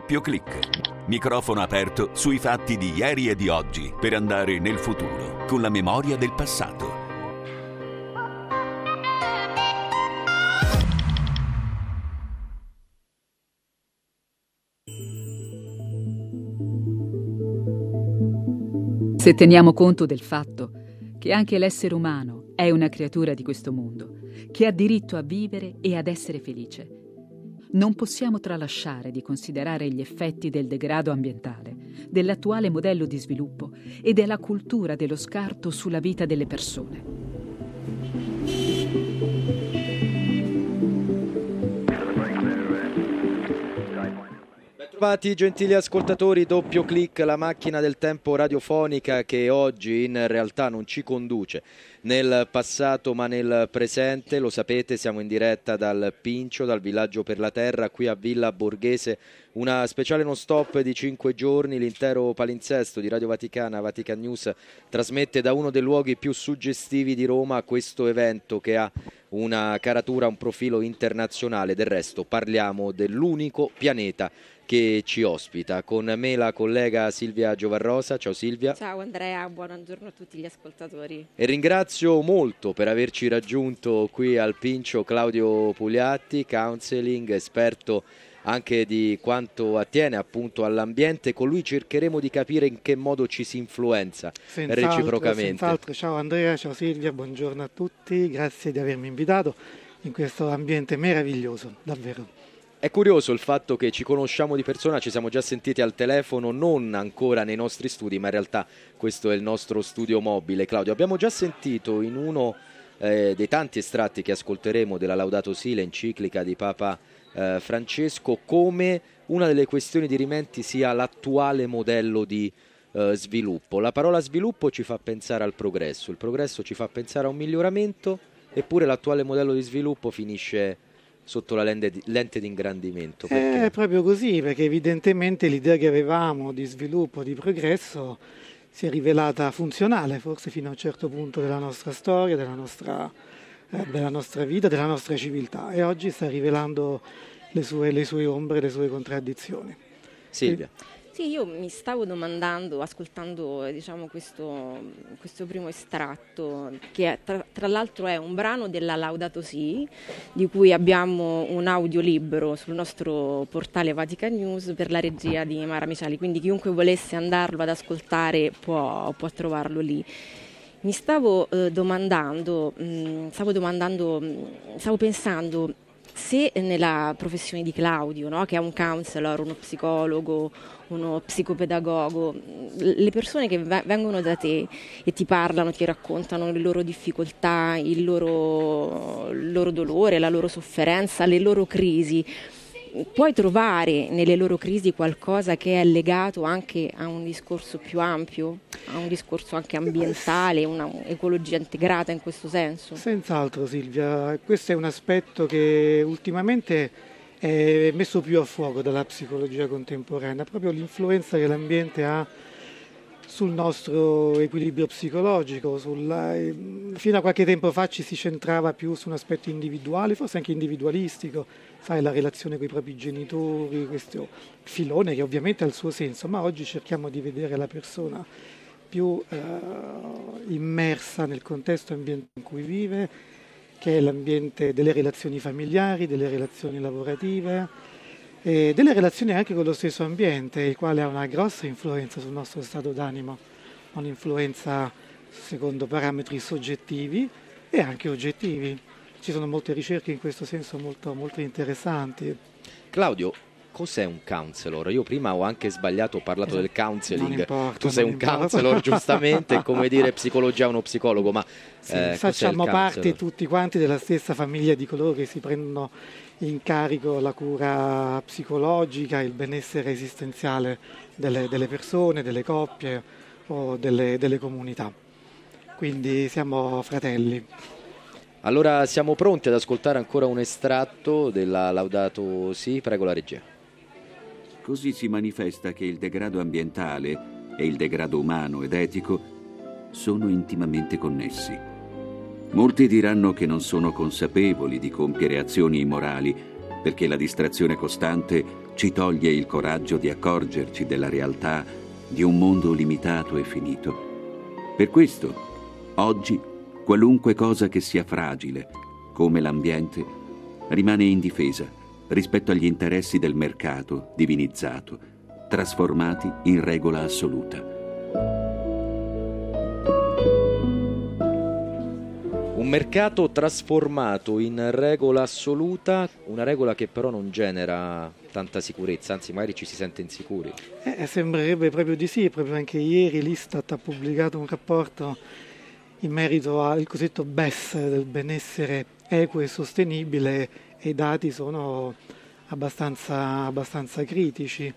Doppio clic. Microfono aperto sui fatti di ieri e di oggi per andare nel futuro con la memoria del passato. Se teniamo conto del fatto che anche l'essere umano è una creatura di questo mondo, che ha diritto a vivere e ad essere felice, non possiamo tralasciare di considerare gli effetti del degrado ambientale, dell'attuale modello di sviluppo e della cultura dello scarto sulla vita delle persone. Bentrovati gentili ascoltatori, Doppio clic, la macchina del tempo radiofonica che oggi in realtà non ci conduce nel passato ma nel presente. Lo sapete, siamo in diretta dal Pincio, dal Villaggio per la Terra, qui a Villa Borghese, una speciale non stop di 5 giorni. L'intero palinsesto di Radio Vaticana, Vatican News, trasmette da uno dei luoghi più suggestivi di Roma questo evento che ha una caratura, un profilo internazionale. Del resto parliamo dell'unico pianeta che ci ospita. Con me la collega Silvia Giovarrosa. Ciao Silvia. Ciao Andrea, buongiorno a tutti gli ascoltatori. E ringrazio molto per averci raggiunto qui al Pincio Claudio Pugliatti, counseling, esperto anche di quanto attiene appunto all'ambiente. Con lui cercheremo di capire in che modo ci si influenza reciprocamente. Senz'altro. Ciao Andrea, ciao Silvia, buongiorno a tutti, grazie di avermi invitato in questo ambiente meraviglioso, davvero. È curioso il fatto che ci conosciamo di persona, ci siamo già sentiti al telefono, non ancora nei nostri studi, ma in realtà questo è il nostro studio mobile. Claudio, abbiamo già sentito in uno dei tanti estratti che ascolteremo della Laudato Si, l'enciclica di Papa Francesco, come una delle questioni dirimenti sia l'attuale modello di sviluppo. La parola sviluppo ci fa pensare al progresso, il progresso ci fa pensare a un miglioramento, eppure l'attuale modello di sviluppo finisce sotto la lente di ingrandimento. È proprio così, perché evidentemente l'idea che avevamo di sviluppo, di progresso, si è rivelata funzionale, forse fino a un certo punto della nostra storia, della nostra vita, della nostra civiltà, e oggi sta rivelando le sue ombre, le sue contraddizioni. Silvia. Sì, io mi stavo domandando, ascoltando questo primo estratto, che tra l'altro è un brano della Laudato Si, di cui abbiamo un audiolibro sul nostro portale Vatican News per la regia di Mara Miciali, quindi chiunque volesse andarlo ad ascoltare può trovarlo lì. Mi stavo pensando se nella professione di Claudio, no, che è un counselor, uno psicologo, uno psicopedagogo, le persone che vengono da te e ti parlano, ti raccontano le loro difficoltà, il loro dolore, la loro sofferenza, le loro crisi, puoi trovare nelle loro crisi qualcosa che è legato anche a un discorso più ampio, a un discorso anche ambientale, un'ecologia integrata in questo senso? Senz'altro Silvia, questo è un aspetto che ultimamente è messo più a fuoco dalla psicologia contemporanea, proprio l'influenza che l'ambiente ha sul nostro equilibrio psicologico. Fino a qualche tempo fa ci si centrava più su un aspetto individuale, forse anche individualistico, sai, la relazione con i propri genitori, questo filone che ovviamente ha il suo senso, ma oggi cerchiamo di vedere la persona più immersa nel contesto ambientale in cui vive, che è l'ambiente delle relazioni familiari, delle relazioni lavorative, e delle relazioni anche con lo stesso ambiente, il quale ha una grossa influenza sul nostro stato d'animo, un'influenza secondo parametri soggettivi e anche oggettivi. Ci sono molte ricerche in questo senso molto, molto interessanti. Claudio, cos'è un counselor? Io prima ho anche sbagliato, ho parlato del counseling. Tu sei un counselor, giustamente, è come dire psicologia a uno psicologo, ma sì, facciamo parte tutti quanti della stessa famiglia di coloro che si prendono in carico la cura psicologica, il benessere esistenziale delle persone, delle coppie o delle comunità. Quindi siamo fratelli. Allora siamo pronti ad ascoltare ancora un estratto della Laudato Si, prego la regia. Così si manifesta che il degrado ambientale e il degrado umano ed etico sono intimamente connessi. Molti diranno che non sono consapevoli di compiere azioni immorali perché la distrazione costante ci toglie il coraggio di accorgerci della realtà di un mondo limitato e finito. Per questo, oggi, qualunque cosa che sia fragile, come l'ambiente, rimane indifesa rispetto agli interessi del mercato divinizzato, trasformati in regola assoluta. Un mercato trasformato in regola assoluta, una regola che però non genera tanta sicurezza, anzi magari ci si sente insicuri. Sembrerebbe proprio di sì, proprio anche ieri l'Istat ha pubblicato un rapporto in merito al cosiddetto BES, del benessere equo e sostenibile, e i dati sono abbastanza critici.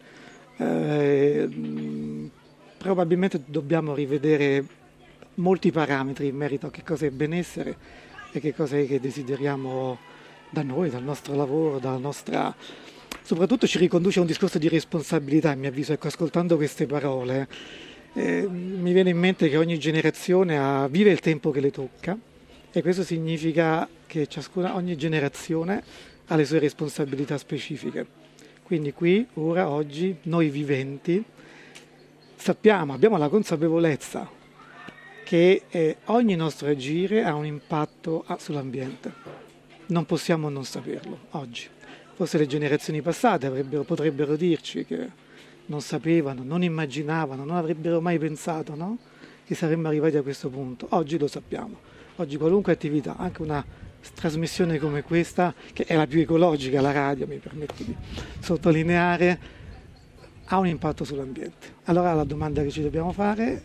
Probabilmente dobbiamo rivedere molti parametri in merito a che cosa è benessere e che cosa è che desideriamo da noi, dal nostro lavoro, dalla nostra... Soprattutto ci riconduce a un discorso di responsabilità, a mio avviso. Ecco, ascoltando queste parole mi viene in mente che ogni generazione vive il tempo che le tocca, e questo significa che ogni generazione ha le sue responsabilità specifiche. Quindi qui, ora, oggi, noi viventi abbiamo la consapevolezza che ogni nostro agire ha un impatto sull'ambiente. Non possiamo non saperlo oggi. Forse le generazioni passate potrebbero dirci che non sapevano, non immaginavano, non avrebbero mai pensato, no? Che saremmo arrivati a questo punto. Oggi lo sappiamo. Oggi qualunque attività, anche una trasmissione come questa, che è la più ecologica, la radio, mi permetto di sottolineare, ha un impatto sull'ambiente. Allora la domanda che ci dobbiamo fare,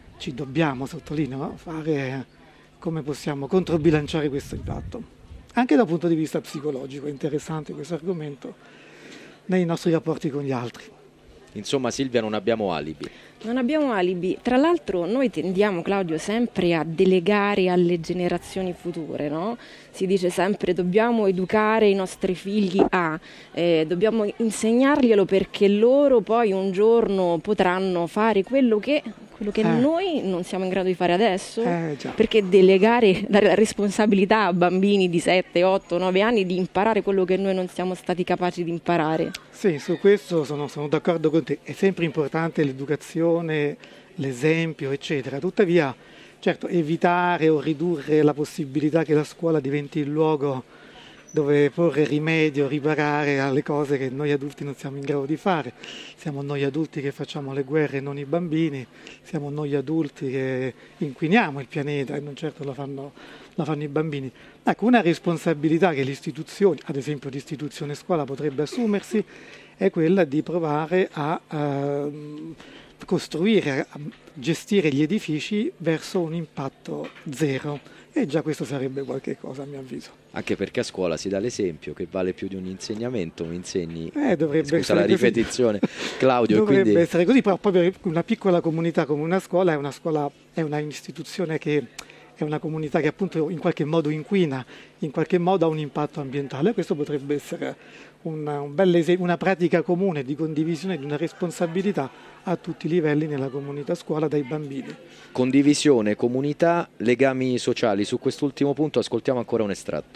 fare come possiamo controbilanciare questo impatto. Anche dal punto di vista psicologico è interessante questo argomento nei nostri rapporti con gli altri. Insomma, Silvia, non abbiamo alibi. Non abbiamo alibi. Tra l'altro noi tendiamo, Claudio, sempre a delegare alle generazioni future, no? Si dice sempre dobbiamo educare i nostri figli dobbiamo insegnarglielo perché loro poi un giorno potranno fare quello che noi non siamo in grado di fare adesso. Perché delegare, dare la responsabilità a bambini di 7, 8, 9 anni di imparare quello che noi non siamo stati capaci di imparare. Sì, su questo sono d'accordo con te. È sempre importante l'educazione, l'esempio, eccetera. Tuttavia, certo, evitare o ridurre la possibilità che la scuola diventi il luogo dove porre rimedio, riparare alle cose che noi adulti non siamo in grado di fare. Siamo noi adulti che facciamo le guerre e non i bambini, siamo noi adulti che inquiniamo il pianeta e non certo lo fanno i bambini. Ecco, una responsabilità che le istituzioni, ad esempio l'istituzione scuola, potrebbe assumersi è quella di provare a costruire, a gestire gli edifici verso un impatto zero, e già questo sarebbe qualche cosa, a mio avviso. Anche perché a scuola si dà l'esempio che vale più di un insegnamento, mi insegni, scusa la ripetizione, Claudio. Dovrebbe quindi... essere così, però proprio una piccola comunità come una scuola è una istituzione che è una comunità che appunto in qualche modo inquina, in qualche modo ha un impatto ambientale. Questo potrebbe essere un bel esempio, una pratica comune di condivisione di una responsabilità a tutti i livelli nella comunità scuola, dai bambini. Condivisione, comunità, legami sociali. Su quest'ultimo punto ascoltiamo ancora un estratto.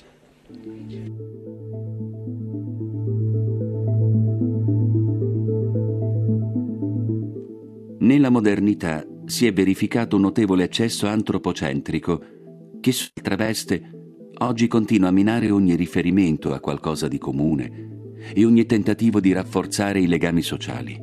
Nella modernità si è verificato un notevole eccesso antropocentrico che, su altra veste, oggi continua a minare ogni riferimento a qualcosa di comune e ogni tentativo di rafforzare i legami sociali.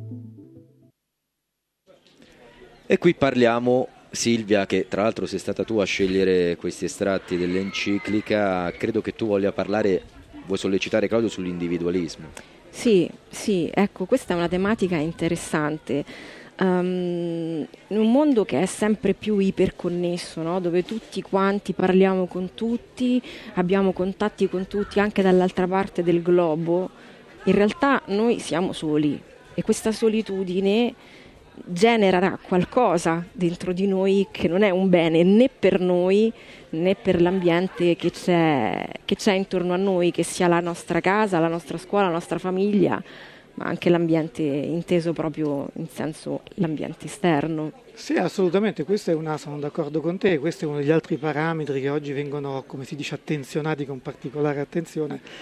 E qui parliamo, Silvia, che tra l'altro sei stata tu a scegliere questi estratti dell'enciclica, credo che tu vuoi sollecitare Claudio sull'individualismo. Sì, ecco, questa è una tematica interessante. In un mondo che è sempre più iperconnesso, no? Dove tutti quanti parliamo con tutti, abbiamo contatti con tutti anche dall'altra parte del globo, in realtà noi siamo soli, e questa solitudine genererà qualcosa dentro di noi che non è un bene né per noi né per l'ambiente che c'è intorno a noi, che sia la nostra casa, la nostra scuola, la nostra famiglia, ma anche l'ambiente inteso proprio in senso l'ambiente esterno. Sì, assolutamente, sono d'accordo con te, questo è uno degli altri parametri che oggi vengono, come si dice, attenzionati con particolare attenzione.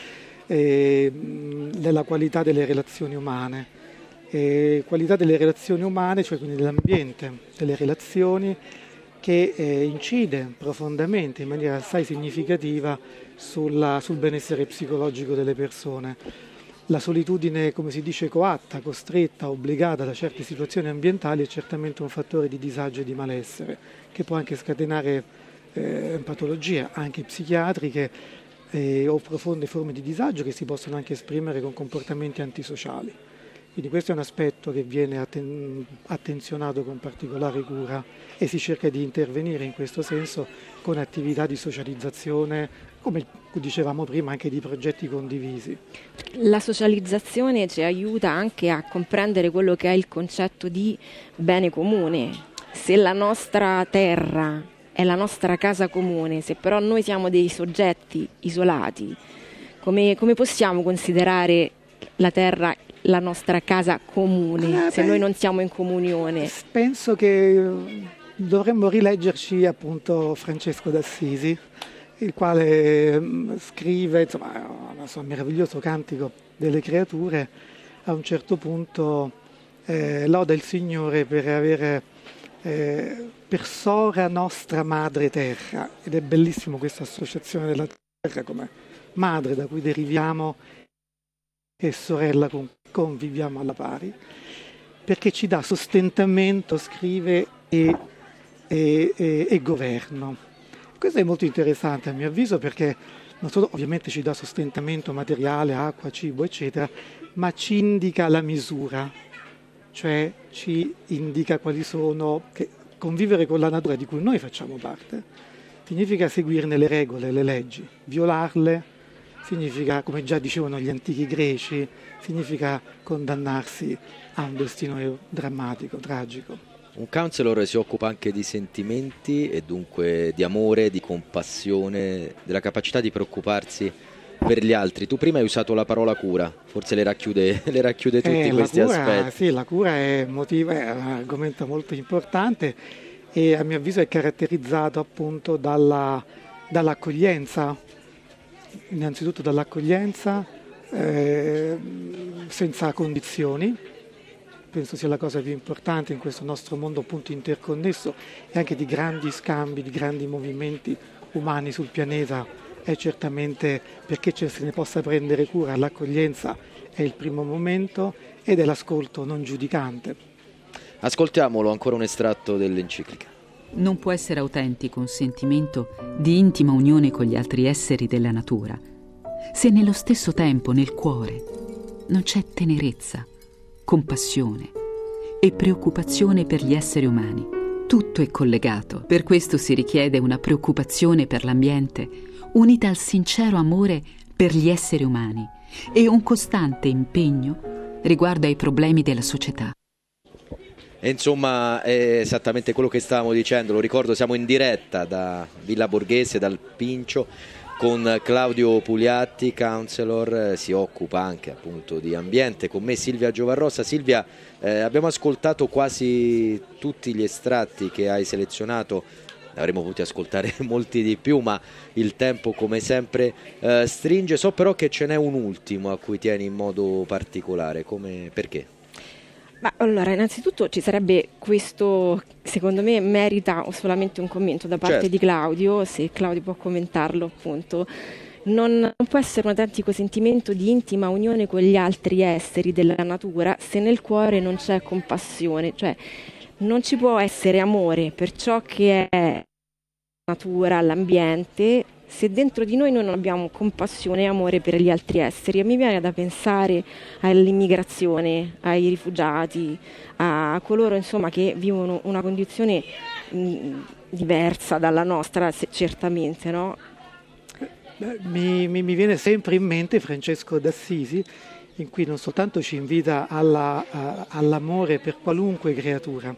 della qualità delle relazioni umane. Qualità delle relazioni umane, cioè quindi dell'ambiente, delle relazioni, che incide profondamente, in maniera assai significativa, sul benessere psicologico delle persone. La solitudine, come si dice, coatta, costretta, obbligata da certe situazioni ambientali è certamente un fattore di disagio e di malessere, che può anche scatenare patologie, anche psichiatriche, o profonde forme di disagio che si possono anche esprimere con comportamenti antisociali. Quindi questo è un aspetto che viene attenzionato con particolare cura e si cerca di intervenire in questo senso con attività di socializzazione, come dicevamo prima, anche di progetti condivisi. La socializzazione ci aiuta anche a comprendere quello che è il concetto di bene comune. Se la nostra terra è la nostra casa comune, se però noi siamo dei soggetti isolati, come possiamo considerare la terra la nostra casa comune se noi non siamo in comunione? Penso che dovremmo rileggerci appunto Francesco d'Assisi, il quale scrive il suo meraviglioso Cantico delle creature. A un certo punto loda il Signore per avere per sora nostra madre terra, ed è bellissimo questa associazione della terra come madre da cui deriviamo e sorella con cui conviviamo alla pari, perché ci dà sostentamento, scrive, e governo. Questo è molto interessante a mio avviso, perché non solo ovviamente ci dà sostentamento materiale, acqua, cibo, eccetera, ma ci indica la misura, cioè ci indica quali sono, che convivere con la natura di cui noi facciamo parte significa seguirne le regole, le leggi, violarle significa, come già dicevano gli antichi greci, significa condannarsi a un destino drammatico, tragico. Un counselor si occupa anche di sentimenti e dunque di amore, di compassione, della capacità di preoccuparsi per gli altri. Tu prima hai usato la parola cura, forse le racchiude tutti questi aspetti. Sì, la cura è un argomento molto importante e a mio avviso è caratterizzato appunto dall'accoglienza, innanzitutto dall'accoglienza senza condizioni. Penso sia la cosa più importante in questo nostro mondo appunto interconnesso e anche di grandi scambi, di grandi movimenti umani sul pianeta. È certamente, perché se ne possa prendere cura, l'accoglienza è il primo momento ed è l'ascolto non giudicante. Ascoltiamolo, ancora un estratto dell'enciclica. Non può essere autentico un sentimento di intima unione con gli altri esseri della natura se nello stesso tempo nel cuore non c'è tenerezza, compassione e preoccupazione per gli esseri umani. Tutto è collegato, per questo si richiede una preoccupazione per l'ambiente unita al sincero amore per gli esseri umani e un costante impegno riguardo ai problemi della società. E insomma è esattamente quello che stavamo dicendo, lo ricordo, siamo in diretta da Villa Borghese, dal Pincio, con Claudio Pugliatti, counselor, si occupa anche appunto di ambiente, con me Silvia Giovarrosa. Silvia, abbiamo ascoltato quasi tutti gli estratti che hai selezionato, ne avremmo potuti ascoltare molti di più, ma il tempo come sempre stringe. So però che ce n'è un ultimo a cui tieni in modo particolare, perché? Ma allora, innanzitutto ci sarebbe questo, secondo me merita solamente un commento da parte di Claudio, se Claudio può commentarlo appunto. Non può essere un autentico sentimento di intima unione con gli altri esseri della natura se nel cuore non c'è compassione, cioè non ci può essere amore per ciò che è la natura, l'ambiente, se dentro di noi non abbiamo compassione e amore per gli altri esseri. E mi viene da pensare all'immigrazione, ai rifugiati, a coloro insomma che vivono una condizione diversa dalla nostra, certamente, no? Mi viene sempre in mente Francesco d'Assisi, in cui non soltanto ci invita all'amore per qualunque creatura,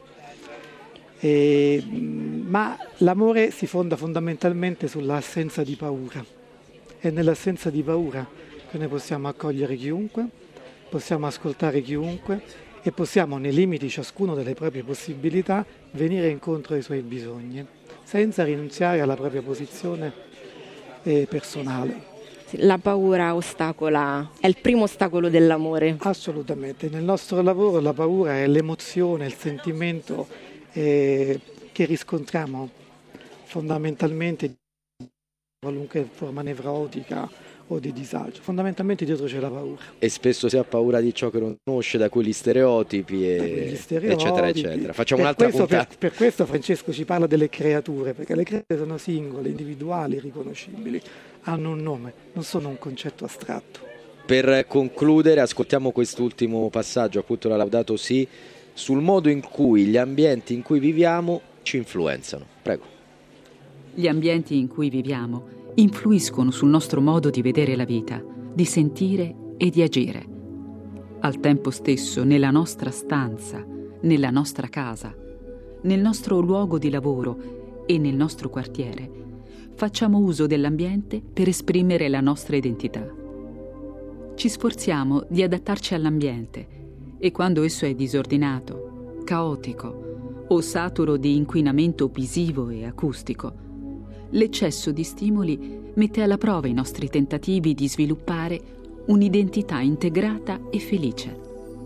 ma l'amore si fonda fondamentalmente sull'assenza di paura. È nell'assenza di paura che noi possiamo accogliere chiunque, possiamo ascoltare chiunque e possiamo, nei limiti ciascuno delle proprie possibilità, venire incontro ai suoi bisogni, senza rinunziare alla propria posizione personale. La paura ostacola, è il primo ostacolo dell'amore. Assolutamente, nel nostro lavoro la paura è l'emozione, il sentimento che riscontriamo fondamentalmente di qualunque forma nevrotica o di disagio. Fondamentalmente dietro c'è la paura. E spesso si ha paura di ciò che non conosce, da quegli stereotipi, eccetera, eccetera. Facciamo un'altra puntata. Per questo Francesco ci parla delle creature, perché le creature sono singole, individuali, riconoscibili, hanno un nome, non sono un concetto astratto. Per concludere, ascoltiamo quest'ultimo passaggio, appunto la Laudato Si, sul modo in cui gli ambienti in cui viviamo ci influenzano. Prego. Gli ambienti in cui viviamo influiscono sul nostro modo di vedere la vita, di sentire e di agire. Al tempo stesso, nella nostra stanza, nella nostra casa, nel nostro luogo di lavoro e nel nostro quartiere, facciamo uso dell'ambiente per esprimere la nostra identità. Ci sforziamo di adattarci all'ambiente e quando esso è disordinato, caotico o saturo di inquinamento visivo e acustico, l'eccesso di stimoli mette alla prova i nostri tentativi di sviluppare un'identità integrata e felice.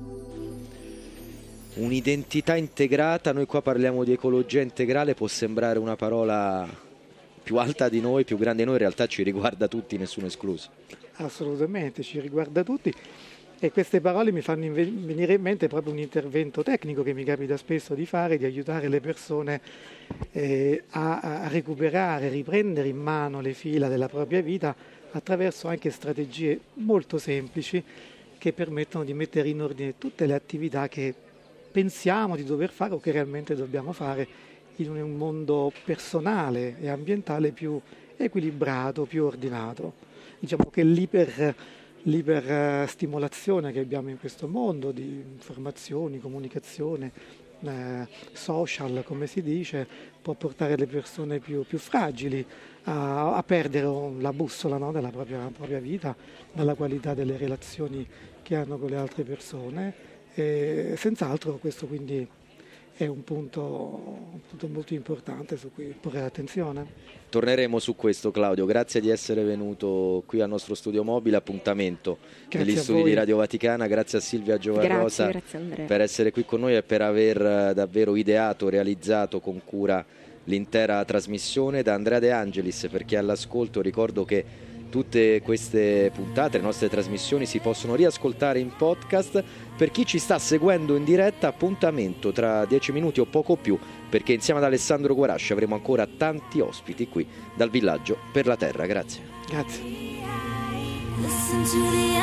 Un'identità integrata, noi qua parliamo di ecologia integrale, può sembrare una parola più alta di noi, più grande di noi, in realtà ci riguarda tutti, nessuno escluso. Assolutamente, ci riguarda tutti. E queste parole mi fanno venire in mente proprio un intervento tecnico che mi capita spesso di fare, di aiutare le persone a recuperare, riprendere in mano le fila della propria vita attraverso anche strategie molto semplici che permettono di mettere in ordine tutte le attività che pensiamo di dover fare o che realmente dobbiamo fare in un mondo personale e ambientale più equilibrato, più ordinato. Diciamo che l'iperstimolazione che abbiamo in questo mondo di informazioni, comunicazione, social, come si dice, può portare le persone più fragili a perdere la bussola, no, della propria vita, dalla qualità delle relazioni che hanno con le altre persone. E senz'altro questo quindi è un punto molto importante su cui porre attenzione. Torneremo su questo, Claudio, grazie di essere venuto qui al nostro studio mobile, appuntamento negli studi di Radio Vaticana, grazie a Silvia Giovarrosa per essere qui con noi e per aver davvero ideato, realizzato con cura l'intera trasmissione. Da Andrea De Angelis, per chi è all'ascolto, ricordo che tutte queste puntate, le nostre trasmissioni si possono riascoltare in podcast. Per chi ci sta seguendo in diretta, appuntamento tra 10 minuti o poco più, perché insieme ad Alessandro Guarasci avremo ancora tanti ospiti qui dal Villaggio per la Terra. Grazie. Grazie.